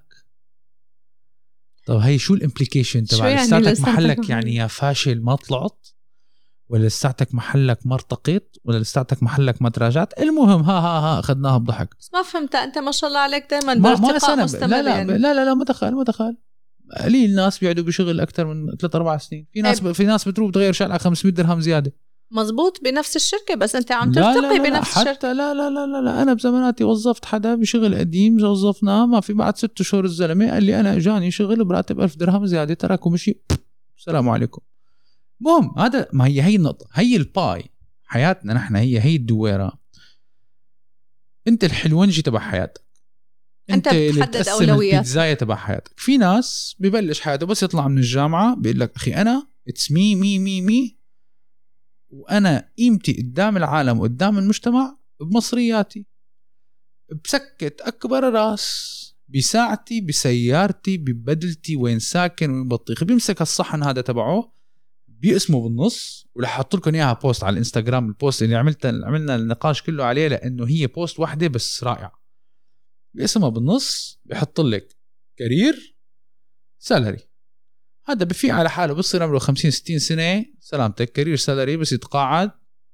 طب هي شو الامبليكيشن تبع يعني ساعتك محلك؟ يعني يا فاشل ما طلعت ولا ساعتك محلك ما ارتقيت ولا ساعتك محلك ما تراجعت؟ المهم ها ها ها اخذناها بضحك. بس ما فهمت انت ما شاء الله عليك دائما بارتقاء مستمر. لا لا, يعني. لا لا لا ما دخل ما دخل قليل ناس بيقعدوا بشغل أكتر من ثلاثة أربع سنين. في ناس ب... في ناس بتروح بتغير شغلة خمسمية درهم زيادة. مزبوط بنفس الشركة بس أنت عم ترتقي لا لا لا بنفس الشركة. حتى لا لا لا لا لا أنا بزماناتي وظفت حدا بشغل قديم وظفناه ما في بعد ست شهور الزلمة قال لي أنا إجاني شغل براتب ألف درهم زيادة تراكم مشي السلام عليكم. مهم هذا ما هي هي النقطة هي الباي حياتنا نحن هي هي الدويرة. أنت الحلوانجي تبع حياتك انت بتحدد اولويات البيتزاية تبع حياتك. في ناس ببلش حياته بس يطلع من الجامعة بيقول لك اخي انا اتس مي مي مي مي وانا قيمتي قدام العالم وقدام المجتمع بمصرياتي بسكت اكبر راس بساعتي بسيارتي ببدلتي وين ساكن وين بطيخ بيمسك الصحن هذا تبعه بيقسمه بالنص ولا حط لكم اياها بوست على الانستغرام. البوست اللي عملت عملنا النقاش كله عليه لانه هي بوست واحدة بس رائعة. باسمها بالنص بيحط لك كارير سالري هذا بفيق على حاله بصير عمره خمسين ستين سنة سلامتك كارير سالري بس يتقاعد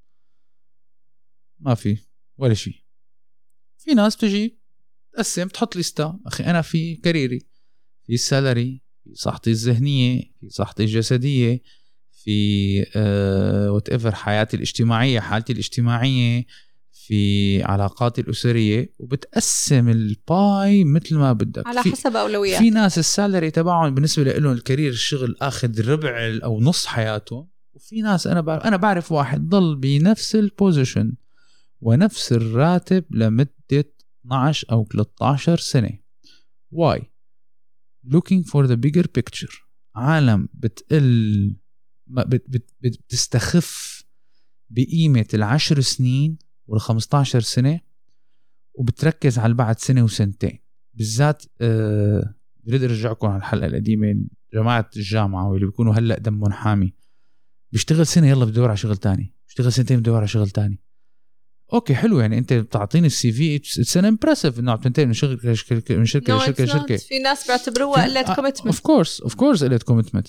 ما في ولا شيء. في ناس بتجي تقسم تحط لسته أخي أنا في كاريري في سالري في صحتي الذهنية في صحتي الجسدية في أه whatever حياتي الاجتماعية حالتي الاجتماعية في علاقاتي الأسرية وبتقسم الباي مثل ما بدك على حسب أولويات. في ناس السالري تبعهم بالنسبة لهم الكارير الشغل أخذ ربع أو نص حياته. وفي ناس أنا بعرف أنا بعرف واحد ضل بنفس البوزيشن ونفس الراتب لمدة اثناشر أو ثلاثة عشر سنة. why looking for the bigger picture. عالم بتقل بت بت بتستخف بقيمة العشر سنين والخمستاشر سنة وبتركز على بعد سنة وسنتين بالذات. أه بريد ارجعكم على الحلقة القديمة جماعة الجامعة واللي بيكونوا هلأ دمهم حامي بيشتغل سنة يلا بدور على شغل تاني بيشتغل سنتين بدور على شغل تاني. اوكي حلو يعني انت بتعطيني السي في اتس ان امبرسيف انه بتنتقل من شغل من شركة من شركة no, لشركة شركة. في ناس بيعتبروها قلة كوميتمنت. اوف كورس اوف كورس قلة كوميتمنت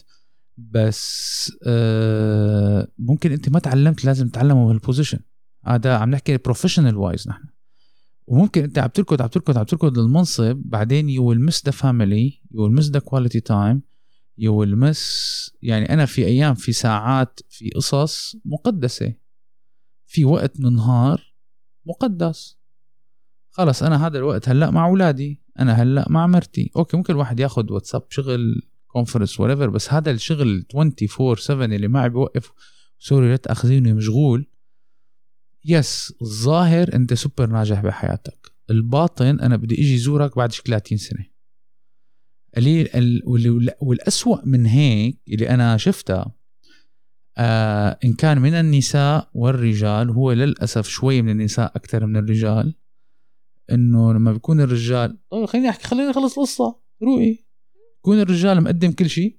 بس أه ممكن انت ما تعلمت لازم تتعلمه بهالبوزيشن هذا. عم نحكي بروفيشنال وايز نحن. وممكن انت عم تركض عم تركض عم تركض للمنصب بعدين you will miss the family you will miss the quality time you will miss يعني انا في ايام في ساعات في قصص مقدسة في وقت من نهار مقدس. خلص انا هذا الوقت هلا مع اولادي انا هلا مع مرتي. اوكي ممكن الواحد ياخد واتساب شغل كونفرنس whatever بس هذا الشغل أربعة وعشرين سبعة اللي معي بوقف سوري لا تاخذيني مشغول. يس الظاهر انت سوبر ناجح بحياتك الباطن انا بدي اجي زورك بعد ثلاثين سنة قليل. والأسوأ من هيك اللي انا شفتها آه إن كان من النساء والرجال هو للأسف شوي من النساء أكثر من الرجال إنه لما بيكون الرجال طيب خليني أحكي خليني أخلص القصة روقي. يكون الرجال مقدم كل شيء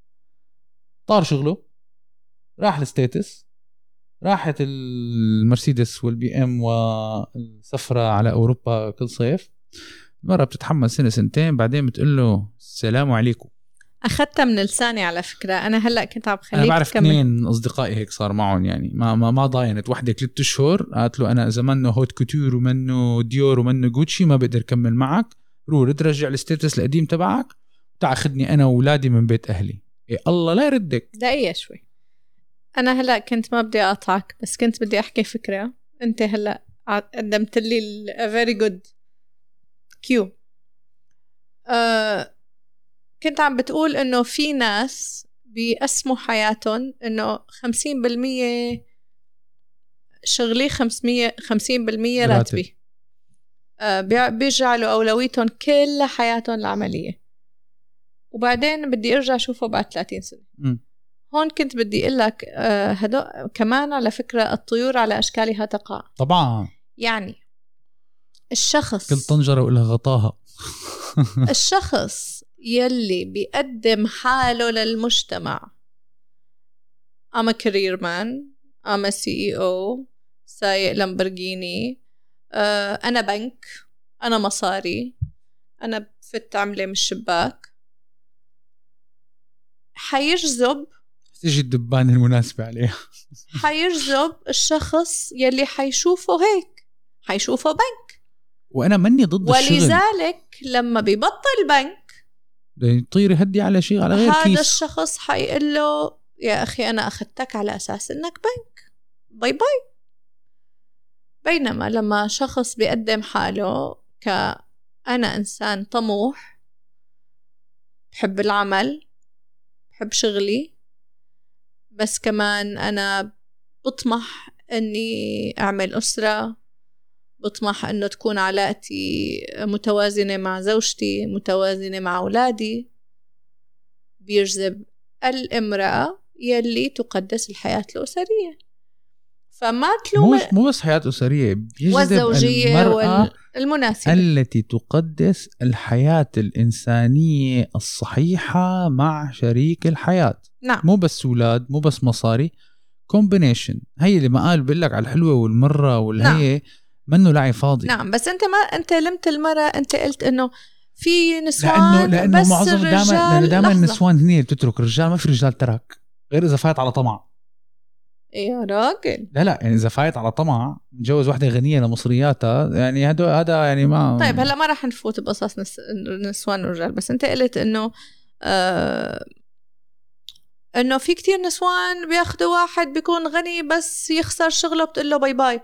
طار شغله راح الستاتس راحت المرسيدس والبي ام والسفرة على أوروبا كل صيف. المرة بتتحمل سنة سنتين بعدين بتقول له السلام عليكم. أخذتها من لساني على فكرة. أنا هلأ كنت عم خليك أنا بعرف تكمل. اثنين من أصدقائي هيك صار معهم يعني ما ما ما ضاينت واحدة ثلاثة أشهر قالت له أنا إذا منه هوت كوتور ومنه ديور ومنه جوتشي ما بقدر كمل معك، روح ترجع الستيتس القديم تبعك تاخذني أنا وولادي من بيت أهلي. إيه الله لا يردك. دقيقة شوي، أنا هلأ كنت ما بدي أقطعك بس كنت بدي أحكي فكرة. أنت هلأ قدمت لي a very good cue. أه كنت عم بتقول إنه في ناس بيقسموا حياتهم إنه خمسين بالمية شغلي خمسمية خمسين بالمية راتبي. أه بيجعلوا أولويتهم كل حياتهم العملية، وبعدين بدي أرجع أشوفه بعد ثلاثين سنة. م. هون كنت بدي أقول لك أه هدو كمان على فكرة الطيور على أشكالها تقع. طبعا يعني الشخص كل طنجرة وإلها غطاها. الشخص يلي بيقدم حاله للمجتمع I'm a career man I'm a سي إي أو سايق لامبرجيني، أه أنا بنك، أنا مصاري، أنا بفت عملة من الشباك، حيجذب تيجي الدبان المناسبة عليه. حيجذب الشخص يلي حيشوفه هيك، حيشوفه بنك. وأنا مني ضد الشغل، ولذلك لما بيبطل بنك يطير يهدي على شيء على غير هذا كيس. الشخص حيقول له يا أخي أنا أخذتك على أساس إنك بنك، باي باي. بينما لما شخص بيقدم حاله كأنا إنسان طموح، بحب العمل، بحب شغلي، بس كمان أنا بطمح أني أعمل أسرة، بطمح أنه تكون علاقتي متوازنة مع زوجتي، متوازنة مع أولادي، بيجذب الامرأة يلي تقدس الحياة الأسرية. فما تلوم مش مو بس حياة أسرية، بيجذب والزوجية المرأة والمناسبة التي تقدس الحياة الإنسانية الصحيحة مع شريك الحياة. نعم. مو بس أولاد، مو بس مصاري، كومبينيشن. هي اللي ما قال بقلك على الحلوة والمرة والهي. نعم. منه لعي فاضي. نعم، بس أنت ما أنت لمت المرة، أنت قلت إنه في نسوان، لأنه لأنه بس معظم دائما لأنه دائما النسوان هني بتترك الرجال. ما في رجال ترك غير إذا فايت على طمع. يا راجل لا لا يعني إذا فايت على طمع متجوز واحدة غنية لمصرياتها يعني هذا هذا يعني ما. طيب هلا ما راح نفوت بقصص نس... نسوان ورجال، بس أنت قلت إنه آه... إنه في كتير نسوان بياخدوا واحد بيكون غني بس يخسر شغله بتقول له باي باي.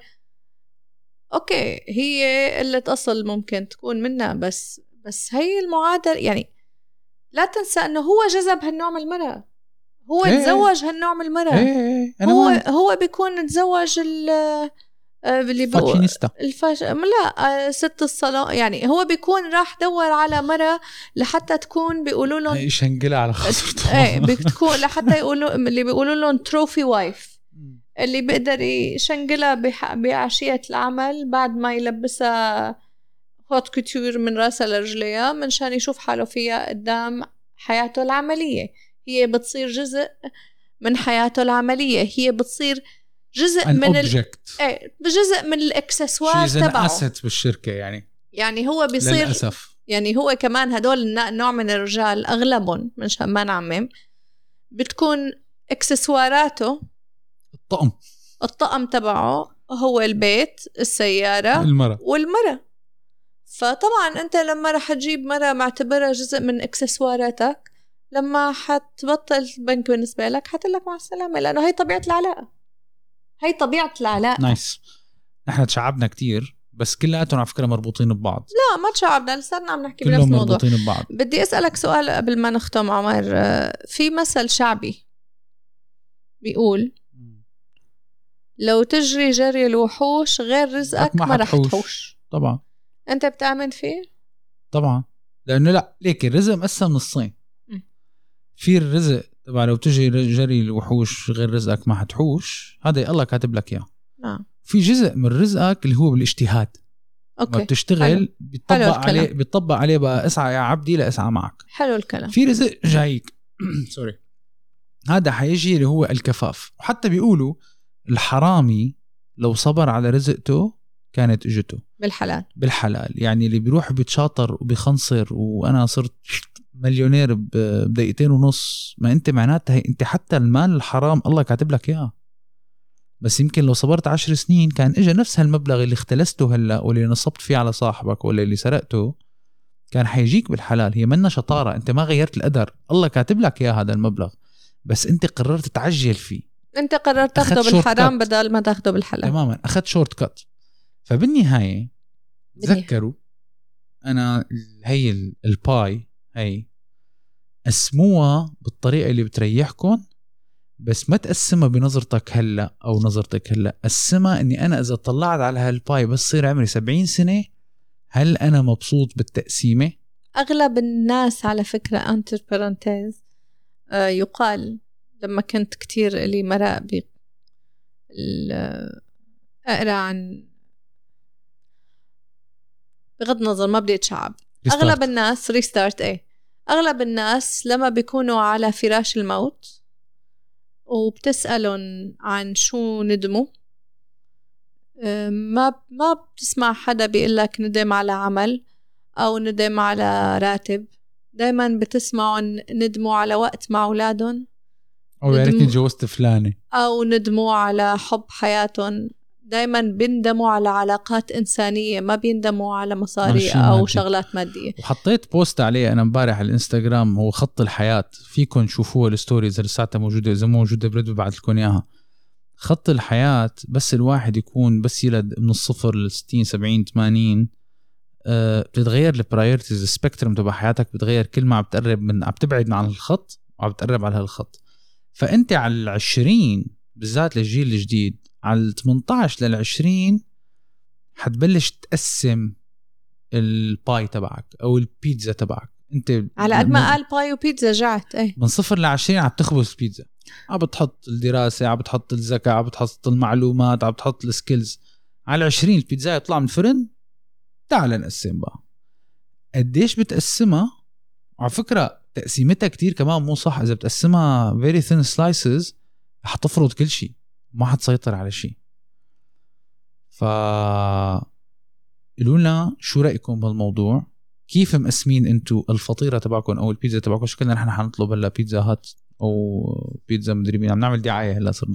أوكي، هي قلة أصل ممكن تكون منها، بس بس هي المعادلة. يعني لا تنسى إنه هو جذب هالنوع من المرأة، هو إيه تزوج هالنوع من المرأة. إيه أنا هو ما. هو بيكون تزوج ال اللي بيقول الفاش لا ست الصلاة. يعني هو بيكون راح دور على مرة لحتى تكون بيقولوا لهم ايش هنقلها على خاطرته. ايه بتكون لحتى يقولوا اللي بيقولوا لهم تروفي وايف، اللي بيقدر يشنقلها بعشية العمل بعد ما يلبسها هوت كوتور من راسها لرجليها منشان يشوف حاله فيها قدام حياته العملية. هي بتصير جزء من حياته العملية، هي بتصير جزء من ال... ايه جزء من الاكسسوار تبعه، اسيت بالشركة. يعني يعني هو بيصير للأسف. يعني هو كمان هدول النوع من الرجال اغلبهم منشان ما نعمم بتكون اكسسواراته الطقم الطقم تبعه هو البيت، السيارة، المرة والمرة. فطبعا انت لما رح تجيب مرة معتبرها جزء من اكسسواراتك، لما حتبطل بنك بالنسبة لك حتقلك مع السلامة، لأنه هي طبيعة العلاقة، هي طبيعة العلاقة. نايس. نحن تشعبنا كتير بس كلاتهم على فكرة مربوطين ببعض. لا ما تشعبنا، لساتنا عم نحكي بنفس كلهم الموضوع. مربوطين ببعض. بدي أسألك سؤال قبل ما نختم عمر. في مثل شعبي بيقول لو تجري جري الوحوش غير رزقك ما رح تحوش. طبعا. أنت بتأمن فيه؟ طبعا، لأنه لا ليك الرزق مقسم نصين. في الرزق تبع لو تجري جري الوحوش غير رزقك ما حتحوش، هذا الله كاتب لك إياه. نعم. في جزء من رزقك اللي هو بالاجتهاد. أوكي. ما بتشتغل بيطبق عليه بيطبق عليه بقى اسعى يا عبدي لا اسعى معك. حلو الكلام. في رزق جايك سوري هذا حيجي اللي هو الكفاف. وحتى بيقولوا الحرامي لو صبر على رزقته كانت اجته بالحلال. بالحلال. يعني اللي بيروح بيتشاطر وبيخنصر وانا صرت مليونير بدقيقتين ونص، ما انت معناتها انت حتى المال الحرام الله كاتب لك اياه، بس يمكن لو صبرت عشر سنين كان اجى نفس هالمبلغ اللي اختلسته هلا واللي نصبت فيه على صاحبك ولا اللي سرقته كان حيجيك بالحلال. هي منا شطارة، انت ما غيرت القدر، الله كاتب لك اياه هذا المبلغ، بس انت قررت تعجل فيه، انت قررت تاخده بالحرام بدل ما تاخده بالحلال. تماما، اخذت شورت كات. فبالنهاية تذكروا انا هي الباي هي قسموها بالطريقة اللي بتريحكم، بس ما تقسمها بنظرتك هلا او نظرتك هلا، قسمها اني انا اذا طلعت على هالباي بس صير عمري سبعين سنة هل انا مبسوط بالتقسيمة؟ اغلب الناس على فكرة انتر بارنتيز آه يقال لما كنت كتير لي مراء اقرا عن، بغض النظر ما بدي اتشعب، اغلب الناس ريستارت ايه اغلب الناس لما بيكونوا على فراش الموت وبتسألهم عن شو ندموا، ما ما بتسمع حدا بيقول لك ندم على عمل او ندم على راتب، دايما بتسمعوا ندموا على وقت مع اولادهم، او يا ريتني تجوزت فلانه، او ندموا على حب حياتهم. دايما بيندموا على علاقات إنسانية، ما بيندموا على مصاري أو مادي. شغلات مادية. وحطيت بوست عليه أنا مبارح على الإنستغرام، هو خط الحياة، فيكن شوفوه الستوريز لساتها موجودة، إذا موجودة برد ببعث لكم إياها. خط الحياة بس الواحد يكون بس يلد من الصفر لستين سبعين ثمانين أه بتتغير البرايورتيز، السبكترم تبع حياتك بتغير، كل ما عم بتقرب من عم تبعد عن الخط وعم بتقرب على هالخط. فأنت على العشرين بالذات للجيل الجديد، على الثمانية عشر للعشرين حتبلش تقسم الباي تبعك أو البيتزا تبعك. أنت على قد ما قال باي وبيتزا جعت ايه من صفر لعشرين عم تخبز بيتزا، عم بتحط الدراسة، عم بتحط الذكاء، عم بتحط المعلومات، عم بتحط السكيلز. على العشرين البيتزا يطلع من الفرن، تعال نقسم بقى. قديش بتقسمها؟ على فكرة تقسيمتها كتير كمان مو صح. إذا بتقسمها very thin slices حتفرض كل شيء، ما حتسيطر على شيء. ف قولوا لنا شو رأيكم بالموضوع، كيف مقسمين انتو الفطيرة تبعكم او البيتزا تبعكم؟ شكلنا نحن حنطلب هلا بيتزا هات او بيتزا مدري مين، عم نعمل دعاية هلا صرنا.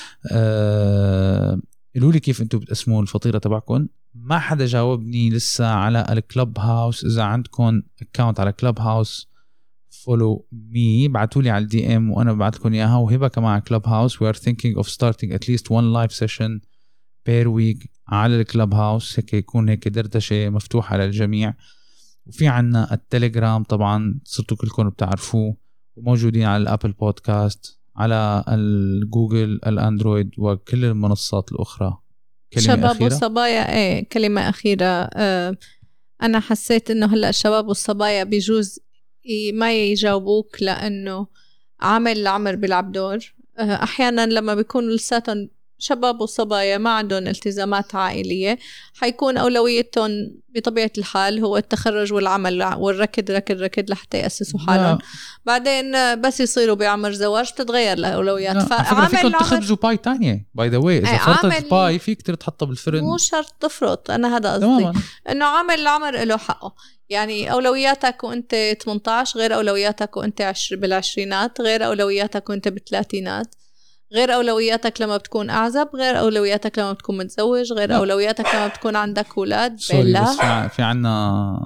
أه... قولوا لي كيف انتو بتقسموا الفطيرة تبعكم. ما حدا جاوبني لسه على الكلب هاوس. اذا عندكم اكاونت على كلب هاوس فولو مي، بعتوا لي على الدي ام وانا ببعث لكم اياها. وهبه كمان على كلب هاوس. we are thinking of starting at least one live session per week على الكلب هاوس، هيك يكون هيك دردشه مفتوحه للجميع. وفي عنا التليجرام طبعا صرتوا كلكم بتعرفوه، وموجودين على الابل بودكاست، على الجوجل، الاندرويد، وكل المنصات الاخرى. كلمه شباب أخيرة؟ والصبايا ايه كلمه اخيره. اه انا حسيت انه هلا الشباب والصبايا بيجوز ما يجاوبوك لأنه عامل العمر بيلعب دور. أحيانا لما بيكونوا لساتهم شباب وصبايا ما عندهم التزامات عائلية، حيكون أولويتهم بطبيعة الحال هو التخرج والعمل والركض ركض ركض لحتى يأسسوا حالهم. بعدين بس يصيروا بعمر زواج بتتغير الأولويات. فعامل فيكم تخبزوا باي تانية باي ذا واي. إذا فرطت باي فيك تحطها بالفرن، مو شرط تفرط. أنا هذا قصدي، إنه عامل العمر له حقه. يعني أولوياتك وأنت ثمانية عشر غير أولوياتك وأنت عشر بالعشرينات، غير أولوياتك وأنت بالثلاثينات، غير أولوياتك لما بتكون أعزب، غير أولوياتك لما بتكون متزوج، غير لا. أولوياتك لما بتكون عندك أولاد. بيلا بس في, في عنا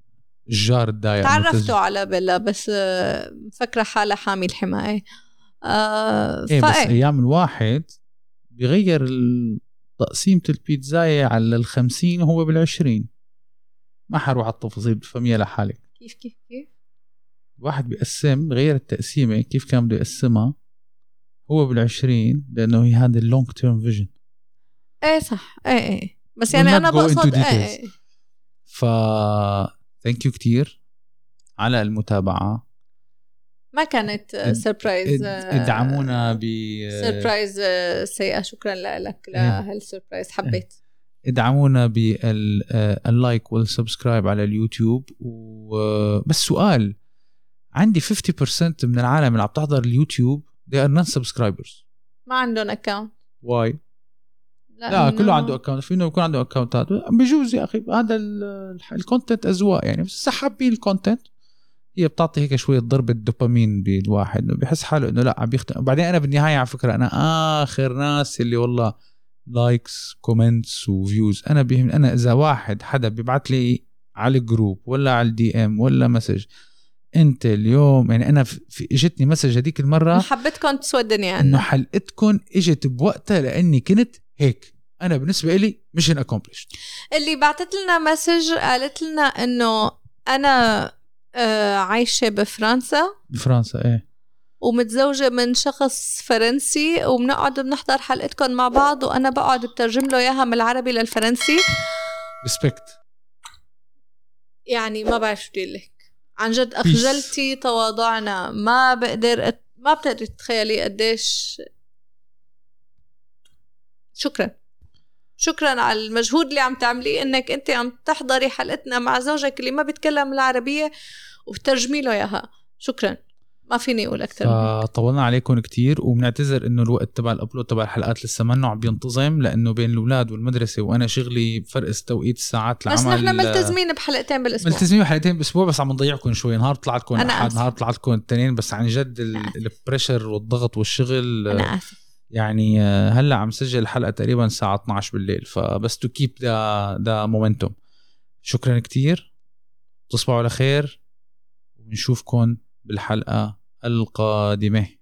الجار الدايق تعرفتوا متز... على بيلا بس فكرة حالة حامي الحماية. آه إيه بس أيام الواحد بيغير تقسيمة البيتزاية على الخمسين وهو بالعشرين. ما حروح على التفاصيل بفهميها لحالك. كيف كيف كيف واحد بيقسم غير التقسيمة كيف كان بده يقسمها هو بالعشرين، لأنه هي هذا اللونج تيرم فيجن. ايه صح ايه ايه بس يعني أنا بقصد ايه, ايه. ف thank you كتير على المتابعة. ما كانت سربرايز. ادعمونا ب سربرايز سيئة. شكرا لك لهالسربرايز، حبيت. ادعمونا باللايك والسبسكرايب على اليوتيوب. وبس سؤال عندي، خمسين بالمية من العالم اللي عم تحضر اليوتيوب they are non subscribers، ما عندهم account. why؟ لا كله عنده account، فينه يكون عنده accountات بجوز يا أخي. هذا الكونتنت أذواق يعني، بس حابين الكونتنت هي بتعطي هيك شوية ضربة دوبامين بالواحد، بحس حاله إنه لا عم بيختم. بعدين أنا بالنهاية على فكرة أنا آخر ناس اللي والله لايكس كومنتس وفيوز. أنا بهم أنا إذا واحد حدا بيبعت لي على الجروب ولا على الدي ام ولا مسج انت اليوم، يعني انا في اجتني مسج هديك المره حبيتكم تسوى الدنيا انه حلقتكم اجت بوقتها لاني كنت هيك. انا بالنسبه لي ميشن اكومبليشد. اللي بعتت لنا مسج قالت لنا انه انا آه عايشه بفرنسا بفرنسا ايه، ومتزوجه من شخص فرنسي، وبنقعد بنحضر حلقتكم مع بعض، وانا بقعد بترجم له اياها من العربي للفرنسي. ريسبكت. يعني ما بعرف شو بدي لك، عن جد أخجلتي تواضعنا. ما بقدر أت... ما بتقدر تتخيلي قديش. شكرا شكرا على المجهود اللي عم تعمليه، انك انت عم تحضري حلقتنا مع زوجك اللي ما بيتكلم العربية وبترجمي له اياها. شكرا، ما فيني اقول اكثر من هيك. طولنا عليكم كتير وبنعتذر انه الوقت تبع الابلود تبع الحلقات لسه منه عم بينتظم، لانه بين الاولاد والمدرسه وانا شغلي فرق توقيت الساعات العمل. بس نحن ملتزمين بحلقتين بالاسبوع. ملتزمين بحلقتين بالاسبوع، بس عم نضيعكم شوي. نهار طلعت لكم احد، نهار طلعت لكم الاثنين، بس عن جد البريشر والضغط والشغل. انا اسف. يعني هلا عم سجل الحلقه تقريبا الساعه اثنعش بالليل، فبس تو كيب ذا ذا مومنتوم. شكرا كتير، تصبحوا على خير ونشوفكم بالحلقه القادمه.